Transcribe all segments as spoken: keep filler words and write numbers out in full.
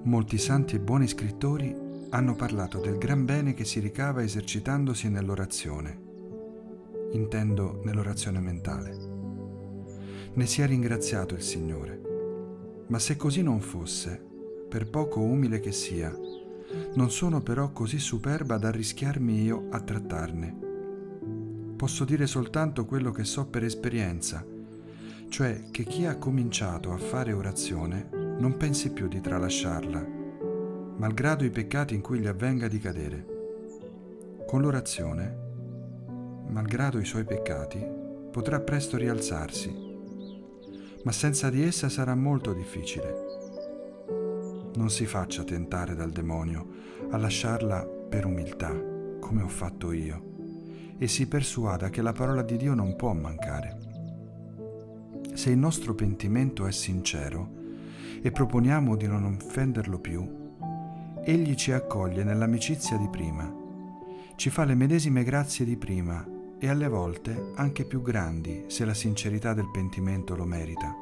Molti santi e buoni scrittori hanno parlato del gran bene che si ricava esercitandosi nell'orazione, intendo nell'orazione mentale. Ne sia ringraziato il Signore. Ma se così non fosse, per poco umile che sia, non sono però così superba da arrischiarmi io a trattarne. Posso dire soltanto quello che so per esperienza, cioè che chi ha cominciato a fare orazione non pensi più di tralasciarla, malgrado i peccati in cui gli avvenga di cadere. Con l'orazione, malgrado i suoi peccati, potrà presto rialzarsi, ma senza di essa sarà molto difficile. Non si faccia tentare dal demonio a lasciarla per umiltà, come ho fatto io, e si persuada che la parola di Dio non può mancare. Se il nostro pentimento è sincero e proponiamo di non offenderlo più, egli ci accoglie nell'amicizia di prima, ci fa le medesime grazie di prima e alle volte anche più grandi se la sincerità del pentimento lo merita.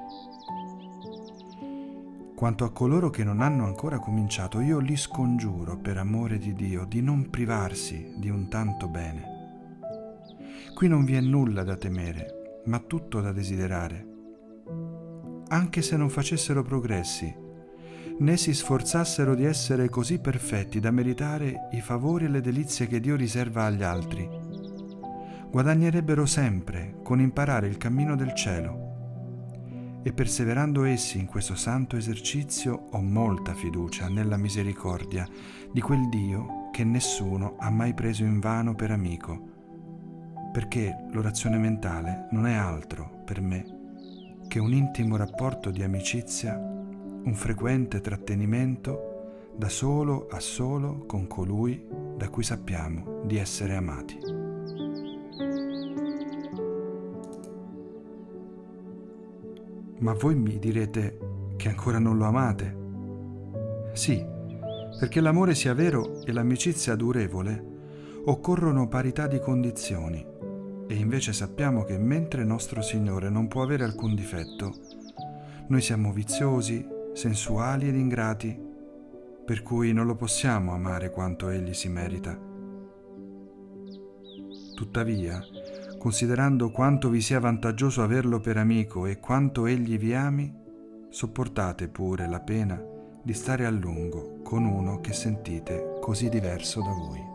Quanto a coloro che non hanno ancora cominciato, io li scongiuro per amore di Dio di non privarsi di un tanto bene. Qui non vi è nulla da temere, ma tutto da desiderare. Anche se non facessero progressi, né si sforzassero di essere così perfetti da meritare i favori e le delizie che Dio riserva agli altri, guadagnerebbero sempre con imparare il cammino del cielo. E perseverando essi in questo santo esercizio, ho molta fiducia nella misericordia di quel Dio che nessuno ha mai preso in vano per amico, perché l'orazione mentale non è altro per me che un intimo rapporto di amicizia, un frequente trattenimento da solo a solo con colui da cui sappiamo di essere amati. Ma voi mi direte che ancora non lo amate? Sì, perché l'amore sia vero e l'amicizia durevole, occorrono parità di condizioni, e invece sappiamo che mentre nostro Signore non può avere alcun difetto, noi siamo viziosi, sensuali ed ingrati, per cui non lo possiamo amare quanto Egli si merita. Tuttavia, considerando quanto vi sia vantaggioso averlo per amico e quanto Egli vi ami, sopportate pure la pena di stare a lungo con uno che sentite così diverso da voi.